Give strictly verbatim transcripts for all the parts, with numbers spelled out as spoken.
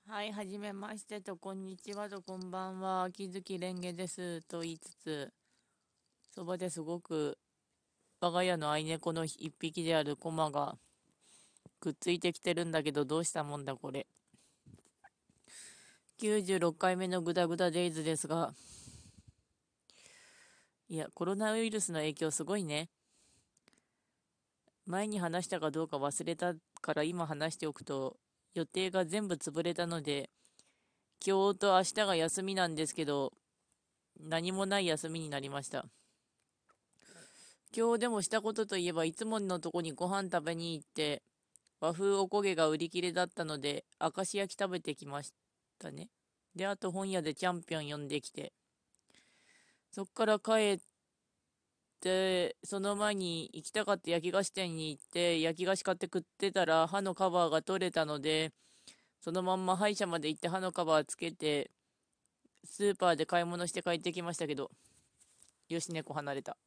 はい、はじめましてと、こんにちはと、こんばんは。秋月蓮華ですと言いつつ、そばですごく我が家の愛猫の一匹であるコマがくっついてきてるんだけど、どうしたもんだこれ。きゅうじゅうろっかいめのグダグダデイズですが、いや、コロナウイルスの影響すごいね。前に話したかどうか忘れたから今話しておくと、予定が全部潰れたので、今日と明日が休みなんですけど、何もない休みになりました。今日でもしたことといえば、いつものとこにご飯食べに行って、和風おこげが売り切れだったので、明石焼き食べてきましたね。で、あと本屋でチャンピオン読んできて、そっから帰って、その前に行きたかった焼き菓子店に行って、焼き菓子買って食ってたら、歯のカバーが取れたので、そのまんま歯医者まで行って歯のカバーつけて、スーパーで買い物して帰ってきましたけど、よし、猫離れた。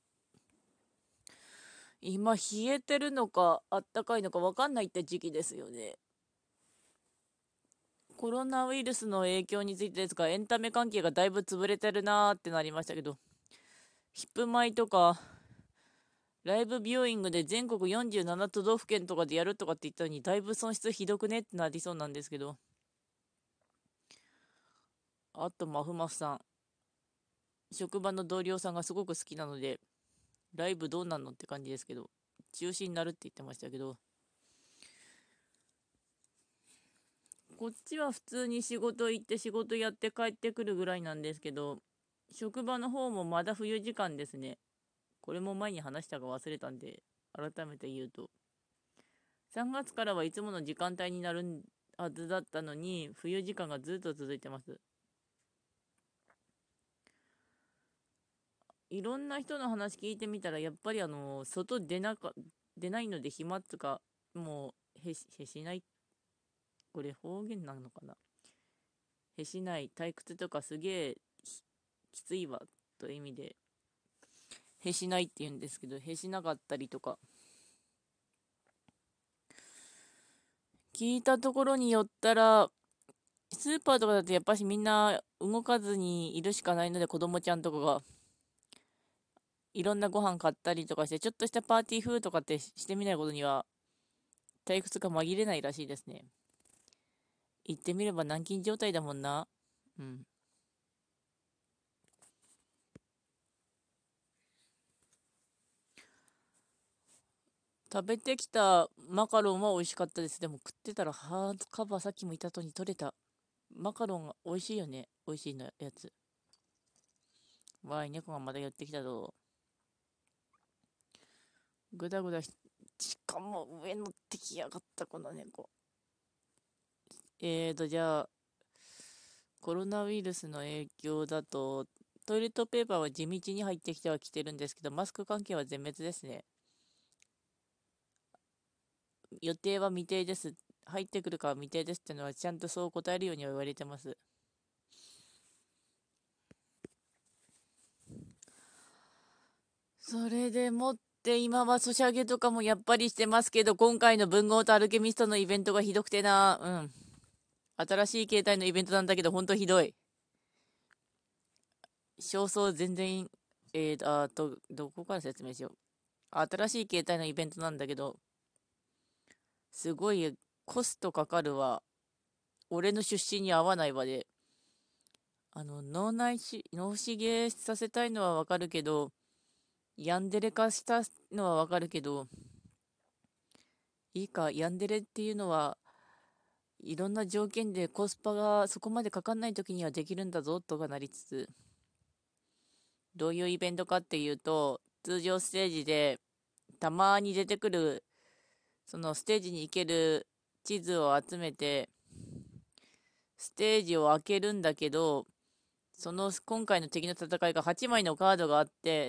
今、冷えてるのか、あったかいのか分かんないって時期ですよね。コロナウイルスの影響についてですが、エンタメ関係がだいぶ潰れてるなーってなりましたけど、ヒップマイとか、ライブビューイングで全国よんじゅうなな都道府県とかでやるとかって言ったのに、だいぶ損失ひどくねってなりそうなんですけど、あと、まふまふさん、職場の同僚さんがすごく好きなので、ライブどうなんのって感じですけど、中止になるって言ってましたけど、こっちは普通に仕事行って仕事やって帰ってくるぐらいなんですけど、職場の方もまだ冬時間ですね。これも前に話したか忘れたんで、改めて言うと、さんがつからはいつもの時間帯になるはずだったのに、冬時間がずっと続いてます。いろんな人の話聞いてみたら、やっぱりあの、外出なか、出ないので暇っつか、もう、へし、へしない、これ方言なのかな。へしない、退屈とかすげえきついわ、という意味で、へしないって言うんですけど、へしなかったりとか、聞いたところによったら、スーパーとかだとやっぱしみんな動かずにいるしかないので、子供ちゃんとかがいろんなご飯買ったりとかして、ちょっとしたパーティー風とかってしてみないことには退屈が紛れないらしいですね。言ってみれば軟禁状態だもんな。うん。食べてきたマカロンは美味しかったです。でも食ってたらハードカバーさっきも言った通りに取れた。マカロンが美味しいよね。美味しいのやつ。わーい、猫がまだ寄ってきたぞ。ぐだぐだし、しかも上乗ってきやがったこの猫。えーと、じゃあ、コロナウイルスの影響だと、トイレットペーパーは地道に入ってきてはきてるんですけど、マスク関係は全滅ですね。予定は未定です。入ってくるかは未定ですってのはちゃんとそう答えるようには言われてます。それでもって今はソシャゲとかもやっぱりしてますけど、今回の文豪とアルケミストのイベントがひどくてな、うん。新しい携帯のイベントなんだけど、ほんとひどい。詳細全然、えーあと、どこから説明しよう。新しい携帯のイベントなんだけど、すごいコストかかるわ。俺の出身に合わないわで。あの、脳内し、脳死ゲーさせたいのはわかるけど、ヤンデレ化したのはわかるけど、いいか、ヤンデレっていうのはいろんな条件でコスパがそこまでかかんない時にはできるんだぞとかなりつつ、どういうイベントかっていうと、通常ステージでたまに出てくる、そのステージに行ける地図を集めて、ステージを開けるんだけど、その今回の敵の戦いがはちまいのカードがあって、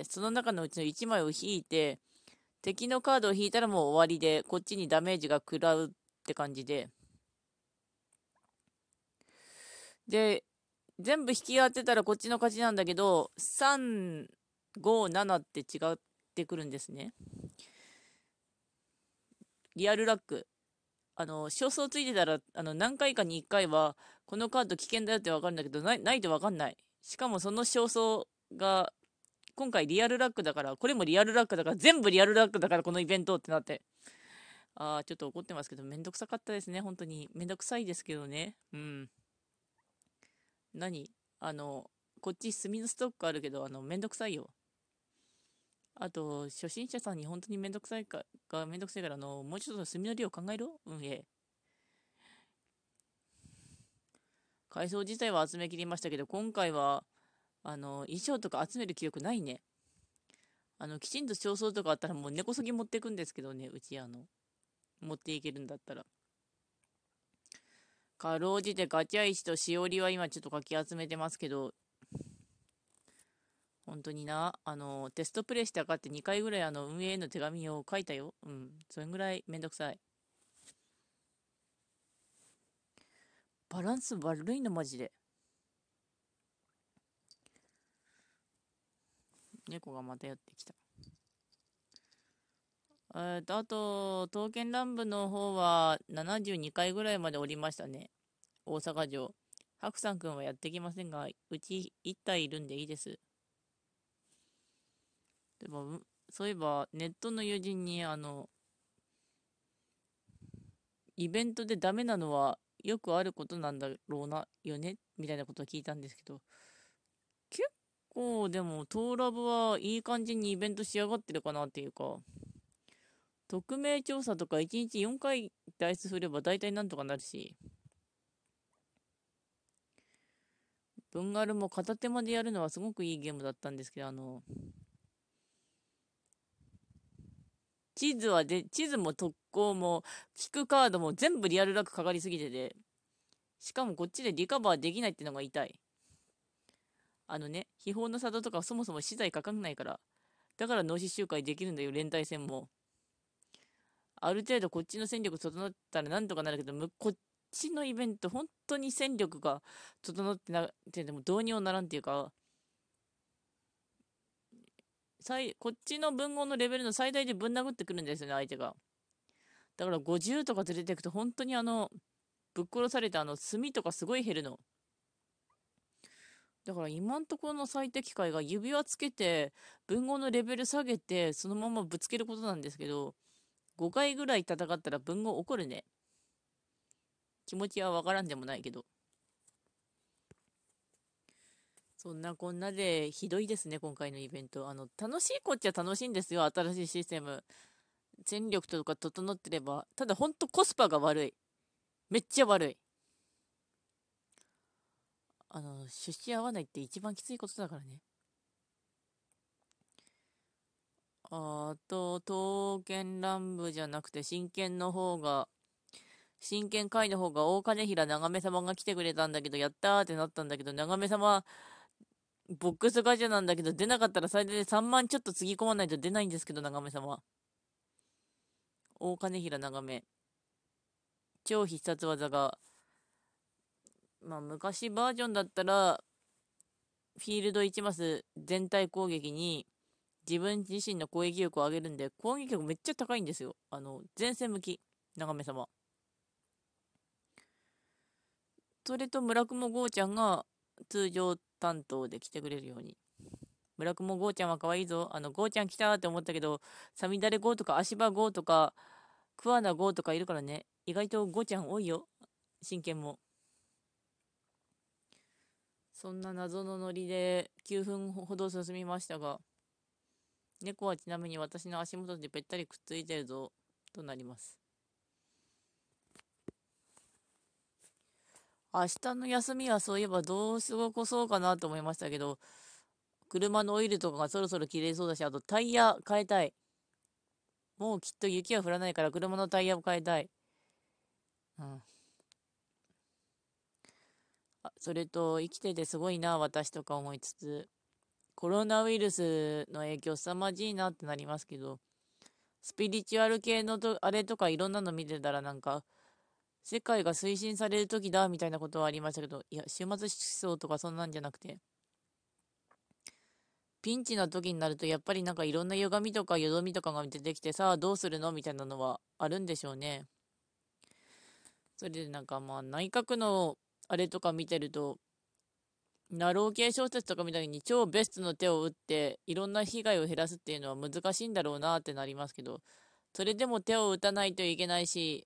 その中のうちのいちまいを引いて、敵のカードを引いたらもう終わりで、こっちにダメージが食らうって感じで。で、全部引き当てたらこっちの勝ちなんだけど、さん、ご、ななって違ってくるんですね。リアルラック。 あの、焦燥ついてたら、あの、何回かにいっかいは、このカード危険だよってわかるんだけど、ない、ないとわかんない。しかもその焦燥が、今回リアルラックだから、これもリアルラックだから、全部リアルラックだから、このイベントってなって。あー、ちょっと怒ってますけど、めんどくさかったですね、本当に。めんどくさいですけどね。うん。何あの、こっち墨のストックあるけど、あの、めんどくさいよ。あと、初心者さんに本当にめんどくさいか、がめんどくさいから、あの、もうちょっと墨の量考えろうん、ええ。階層自体は集めきりましたけど、今回は、あの、衣装とか集める記憶ないね。あの、きちんと焦燥とかあったらもう根こそぎ持っていくんですけどね、うちあの、持っていけるんだったら。かろうじてガチャ石としおりは今ちょっとかき集めてますけど、本当にな、あの、テストプレイしてかってにかいぐらいあの、運営への手紙を書いたよ。うん。それぐらいめんどくさい。バランス悪いの、マジで。猫がまたやってきた。えーと、あと、刀剣乱舞の方はななじゅうにかいぐらいまで降りましたね。大阪城。白山くんはやってきませんが、うちいち体いるんでいいです。でも、そういえば、ネットの友人に、あの、イベントでダメなのはよくあることなんだろうな、よねみたいなことを聞いたんですけど、結構、でも、トーラブはいい感じにイベント仕上がってるかなっていうか、匿名調査とかいちにちよんかいダイス振れば大体なんとかなるし、文ガルも片手間でやるのはすごくいいゲームだったんですけど、あの、地図はで、地図も特攻も、聞くカードも全部リアルラックかかりすぎてて、しかもこっちでリカバーできないってのが痛い。あのね、秘宝の里とかそもそも資材かかんないから。だから脳死周回できるんだよ、連帯戦も。ある程度こっちの戦力整ったらなんとかなるけど、むこっちのイベント、本当に戦力が整ってなっててもどうにもならんっていうか、最こっちの文豪のレベルの最大でぶん殴ってくるんですよね、相手が。だからごじゅうとか連れていくと本当にあの、ぶっ殺されたあの炭とかすごい減るの。だから今んところの最適解が指輪つけて、文豪のレベル下げて、そのままぶつけることなんですけど、ごかいぐらい戦ったら文豪怒るね。気持ちはわからんでもないけど。そんなこんなでひどいですね、今回のイベント。あの、楽しいこっちゃ楽しいんですよ、新しいシステム。戦力とか整ってれば。ただほんとコスパが悪い。めっちゃ悪い。あの、出資合わないって一番きついことだからね。あと、刀剣乱舞じゃなくて真剣の方が、真剣会の方が大金平長め様が来てくれたんだけど、やったーってなったんだけど、長め様、ボックスガチャなんだけど、出なかったら最大でさんまんちょっとつぎ込まないと出ないんですけど、長め様。大金平長め。超必殺技が、まあ昔バージョンだったら、フィールドいちマス全体攻撃に自分自身の攻撃力を上げるんで、攻撃力めっちゃ高いんですよ。あの、前線向き。長め様。それと村雲ゴーちゃんが通常担当で来てくれるように。村雲ゴーちゃんは可愛いぞ。あの、ゴーちゃん来たって思ったけど、サミダレゴーとか足場ゴーとか、クワナゴーとかいるからね。意外とゴーちゃん多いよ。真剣も。そんな謎のノリできゅうふんほど進みましたが、猫はちなみに私の足元でぺったりくっついてるぞ、となります。明日の休みはそういえばどう過ごそうかなと思いましたけど、車のオイルとかがそろそろ切れそうだし、あとタイヤ変えたい。もうきっと雪は降らないから車のタイヤを変えたい。うん。あ、それと、生きててすごいな、私とか思いつつ、コロナウイルスの影響凄まじいなってなりますけど、スピリチュアル系のと、あれとかいろんなの見てたらなんか、世界が推進される時だみたいなことはありましたけど、いや、終末思想とかそんなんじゃなくて、ピンチの時になるとやっぱりなんかいろんな歪みとかよどみとかが出てきてさあどうするのみたいなのはあるんでしょうね。 それでなんかまあ内閣のあれとか見てると、ナロー系小説とかみたいに超ベストの手を打っていろんな被害を減らすっていうのは難しいんだろうなってなりますけど、それでも手を打たないといけないし、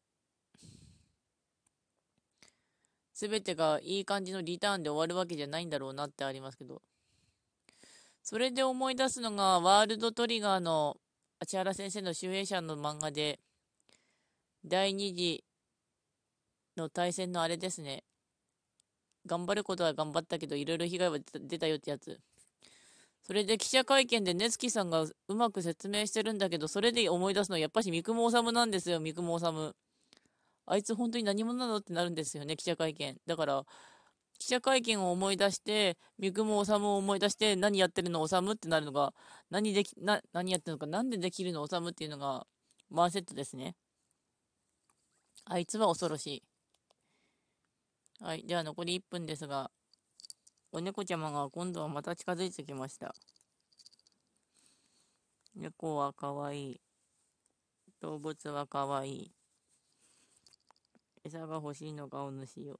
すべてがいい感じのリターンで終わるわけじゃないんだろうなってありますけど、それで思い出すのがワールドトリガーの千原先生の集英社の漫画で、第二次の対戦のあれですね。頑張ることは頑張ったけど、いろいろ被害は出た出たよってやつ。それで記者会見でネツキさんがうまく説明してるんだけど、それで思い出すのはやっぱし三雲治なんですよ、三雲治。あいつ本当に何者なのってなるんですよね、記者会見。だから、記者会見を思い出して、三雲治を思い出して、何やってるの治ってなるのが、何でき、な、何やってるのか、なんでできるの治っていうのが、ワンセットですね。あいつは恐ろしい。はい、では残りいっぷんですが、お猫ちゃまが今度はまた近づいてきました。猫はかわいい。動物はかわいい。餌が欲しいのがお主よ。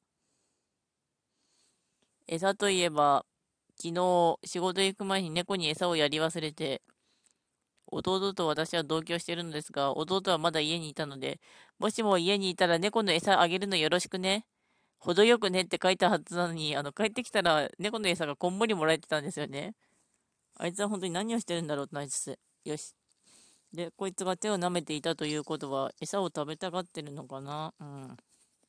餌といえば、昨日仕事行く前に猫に餌をやり忘れて、弟と私は同居しているのですが、弟はまだ家にいたので、もしも家にいたら猫の餌あげるのよろしくね。程よくねって書いたはずなのに、あの、帰ってきたら猫の餌がこんもりもらえてたんですよね。あいつは本当に何をしてるんだろうとなりつつ。よし。で、こいつが手を舐めていたということは、餌を食べたがってるのかな。うん。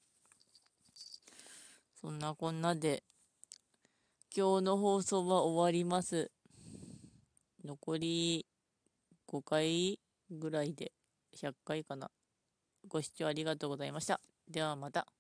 そんなこんなで、今日の放送は終わります。残りごかいぐらいでひゃっかいかな。ご視聴ありがとうございました。ではまた。